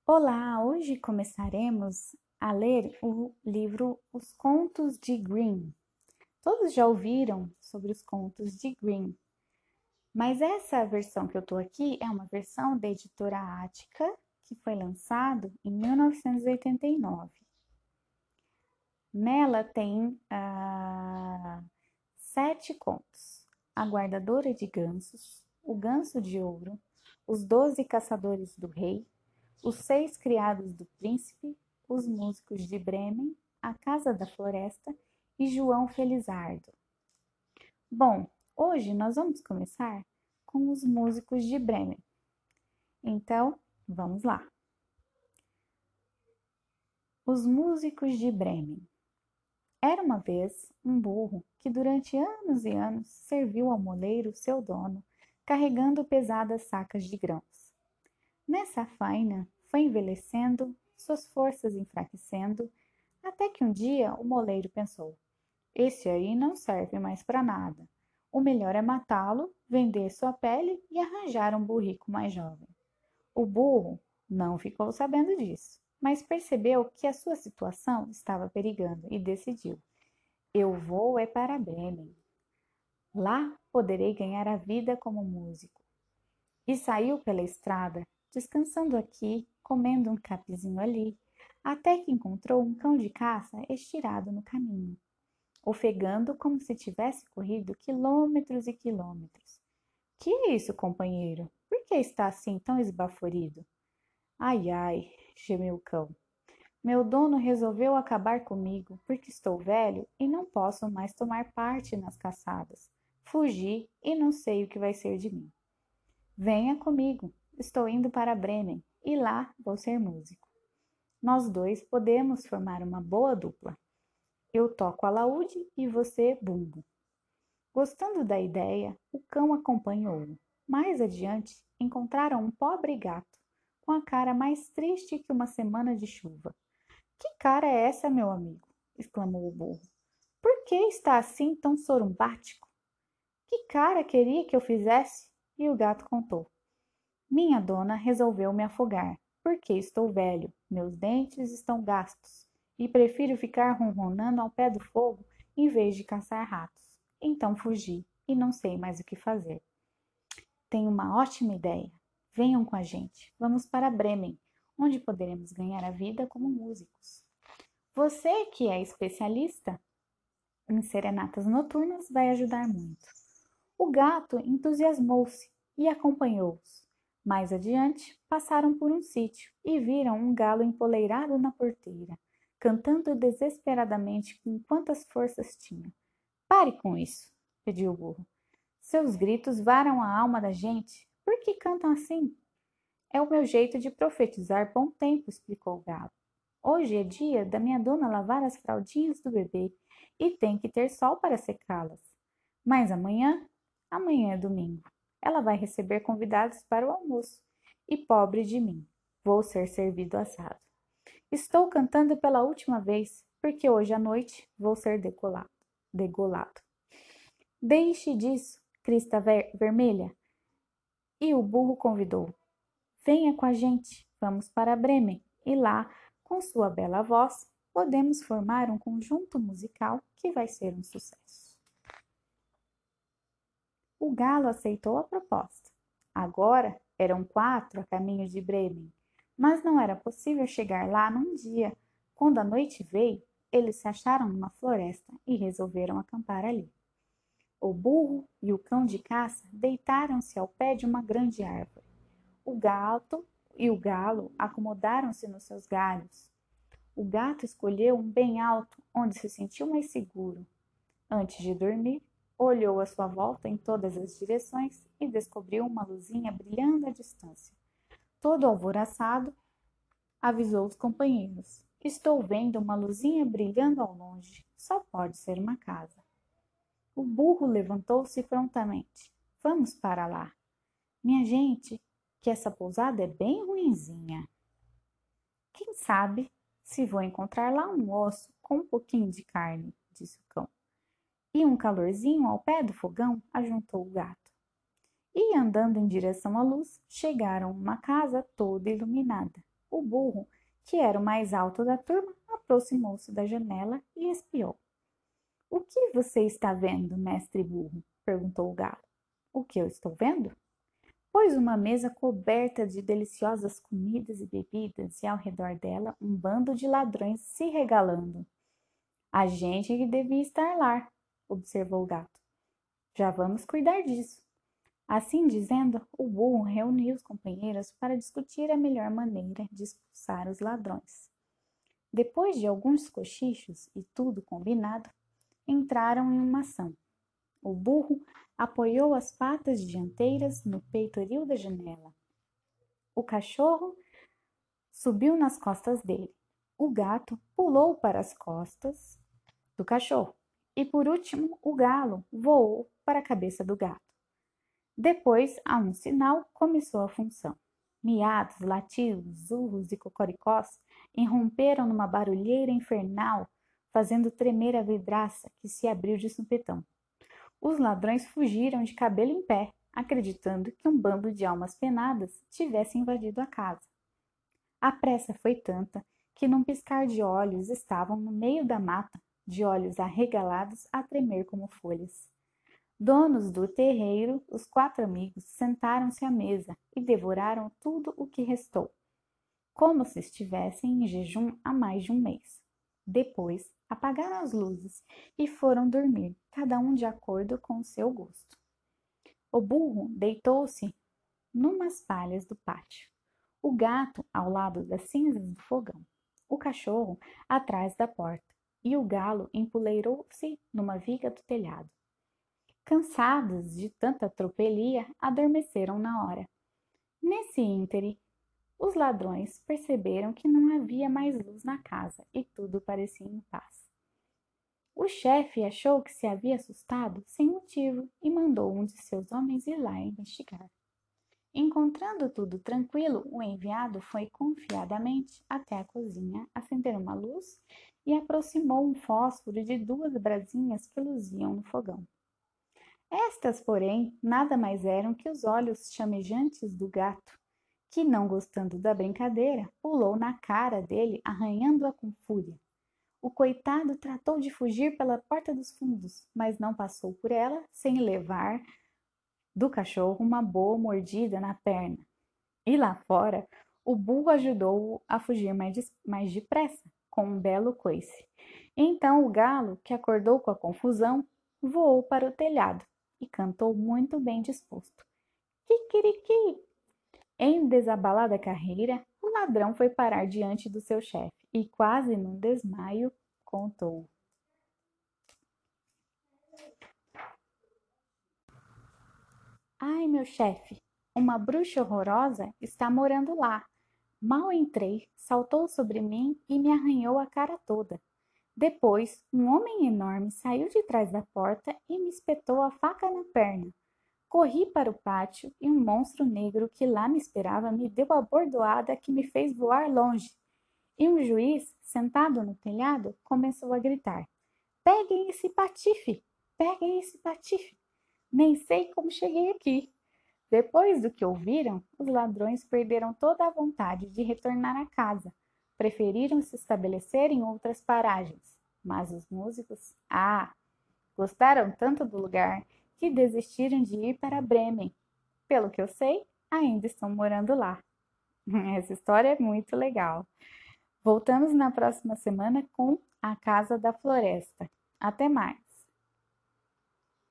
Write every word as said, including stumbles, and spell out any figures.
Olá, hoje começaremos a ler o livro Os Contos de Grimm. Todos já ouviram sobre os contos de Grimm, mas essa versão que eu estou aqui é uma versão da editora Ática, que foi lançado em mil novecentos e oitenta e nove. Nela tem ah, sete contos: A Guardadora de Gansos, O Ganso de Ouro, Os Doze Caçadores do Rei, Os Seis Criados do Príncipe, Os Músicos de Bremen, A Casa da Floresta e João Felizardo. Bom, hoje nós vamos começar com Os Músicos de Bremen. Então, vamos lá. Os Músicos de Bremen. Era uma vez um burro que durante anos e anos serviu ao moleiro, seu dono, carregando pesadas sacas de grãos. Nessa faina foi envelhecendo, suas forças enfraquecendo, até que um dia o moleiro pensou: esse aí não serve mais para nada. O melhor é matá-lo, vender sua pele e arranjar um burrico mais jovem. O burro não ficou sabendo disso, mas percebeu que a sua situação estava perigando e decidiu: eu vou é para Bremen. Lá poderei ganhar a vida como músico. E saiu pela estrada, descansando aqui, comendo um capizinho ali, até que encontrou um cão de caça estirado no caminho, ofegando como se tivesse corrido quilômetros e quilômetros. Que é isso, companheiro? Por que está assim tão esbaforido? Ai, ai, gemeu o cão. Meu dono resolveu acabar comigo porque estou velho e não posso mais tomar parte nas caçadas. Fugi e não sei o que vai ser de mim. Venha comigo, estou indo para Bremen e lá vou ser músico. Nós dois podemos formar uma boa dupla. Eu toco alaúde e você bumbo. Gostando da ideia, o cão acompanhou-o. Mais adiante, encontraram um pobre gato, com a cara mais triste que uma semana de chuva. Que cara é essa, meu amigo? Exclamou o burro. Por que está assim tão sorumbático? Que cara queria que eu fizesse? E o gato contou. Minha dona resolveu me afogar, porque estou velho, meus dentes estão gastos, e prefiro ficar ronronando ao pé do fogo em vez de caçar ratos. Então fugi e não sei mais o que fazer. Tenho uma ótima ideia. Venham com a gente. Vamos para Bremen, onde poderemos ganhar a vida como músicos. Você, que é especialista em serenatas noturnas, vai ajudar muito. O gato entusiasmou-se e acompanhou-os. Mais adiante, passaram por um sítio e viram um galo empoleirado na porteira, cantando desesperadamente com quantas forças tinha. Pare com isso, pediu o burro. Seus gritos varam a alma da gente. Por que cantam assim? É o meu jeito de profetizar bom tempo, explicou o galo. Hoje é dia da minha dona lavar as fraldinhas do bebê e tem que ter sol para secá-las. Mas amanhã, amanhã é domingo. Ela vai receber convidados para o almoço. E pobre de mim, vou ser servido assado. Estou cantando pela última vez, porque hoje à noite vou ser decolado, degolado. Deixe disso, crista ver vermelha. E o burro convidou. Venha com a gente, vamos para Bremen. E lá, com sua bela voz, podemos formar um conjunto musical que vai ser um sucesso. O galo aceitou a proposta. Agora eram quatro a caminho de Bremen, mas não era possível chegar lá num dia. Quando a noite veio, eles se acharam numa floresta e resolveram acampar ali. O burro e o cão de caça deitaram-se ao pé de uma grande árvore. O gato e o galo acomodaram-se nos seus galhos. O gato escolheu um bem alto, onde se sentiu mais seguro. Antes de dormir, olhou à sua volta em todas as direções e descobriu uma luzinha brilhando à distância. Todo alvoroçado, avisou os companheiros. Estou vendo uma luzinha brilhando ao longe. Só pode ser uma casa. O burro levantou-se prontamente. Vamos para lá. Minha gente, que essa pousada é bem ruinzinha. Quem sabe se vou encontrar lá um osso com um pouquinho de carne, disse o cão. E um calorzinho ao pé do fogão, ajuntou o gato. E andando em direção à luz, chegaram a uma casa toda iluminada. O burro, que era o mais alto da turma, aproximou-se da janela e espiou. "O que você está vendo, mestre burro?" perguntou o galo. "O que eu estou vendo?" "Pois uma mesa coberta de deliciosas comidas e bebidas e ao redor dela um bando de ladrões se regalando." "A gente que devia estar lá", observou o gato. "Já vamos cuidar disso." Assim dizendo, o burro reuniu os companheiros para discutir a melhor maneira de expulsar os ladrões. Depois de alguns cochichos e tudo combinado, entraram em uma ação. O burro apoiou as patas dianteiras no peitoril da janela. O cachorro subiu nas costas dele. O gato pulou para as costas do cachorro. E por último, o galo voou para a cabeça do gato. Depois, a um sinal, começou a função. Miados, latidos, urros e cocoricós irromperam numa barulheira infernal, fazendo tremer a vidraça que se abriu de supetão. Os ladrões fugiram de cabelo em pé, acreditando que um bando de almas penadas tivesse invadido a casa. A pressa foi tanta que num piscar de olhos estavam no meio da mata, de olhos arregalados a tremer como folhas. Donos do terreiro, os quatro amigos sentaram-se à mesa e devoraram tudo o que restou, como se estivessem em jejum há mais de um mês. Depois, apagaram as luzes e foram dormir, cada um de acordo com o seu gosto. O burro deitou-se numas palhas do pátio, o gato ao lado das cinzas do fogão, o cachorro atrás da porta e o galo empoleirou-se numa viga do telhado. Cansados de tanta tropelia, adormeceram na hora. Nesse íntere, os ladrões perceberam que não havia mais luz na casa e tudo parecia em paz. O chefe achou que se havia assustado sem motivo e mandou um de seus homens ir lá investigar. Encontrando tudo tranquilo, o enviado foi confiadamente até a cozinha, acender uma luz e aproximou um fósforo de duas brasinhas que luziam no fogão. Estas, porém, nada mais eram que os olhos chamejantes do gato, que, não gostando da brincadeira, pulou na cara dele, arranhando-a com fúria. O coitado tratou de fugir pela porta dos fundos, mas não passou por ela sem levar do cachorro uma boa mordida na perna. E lá fora, o burro ajudou-o a fugir mais, mais depressa, com um belo coice. Então o galo, que acordou com a confusão, voou para o telhado e cantou muito bem disposto. Kikiriki! Em desabalada carreira, o ladrão foi parar diante do seu chefe e, quase num desmaio, contou: "Ai, meu chefe, uma bruxa horrorosa está morando lá. Mal entrei, saltou sobre mim e me arranhou a cara toda. Depois, um homem enorme saiu de trás da porta e me espetou a faca na perna. Corri para o pátio e um monstro negro que lá me esperava me deu a bordoada que me fez voar longe. E um juiz, sentado no telhado, começou a gritar: Peguem esse patife! Peguem esse patife! Nem sei como cheguei aqui." Depois do que ouviram, os ladrões perderam toda a vontade de retornar à casa. Preferiram se estabelecer em outras paragens. Mas os músicos, ah, gostaram tanto do lugar que desistiram de ir para Bremen. Pelo que eu sei, ainda estão morando lá. Essa história é muito legal. Voltamos na próxima semana com A Casa da Floresta. Até mais!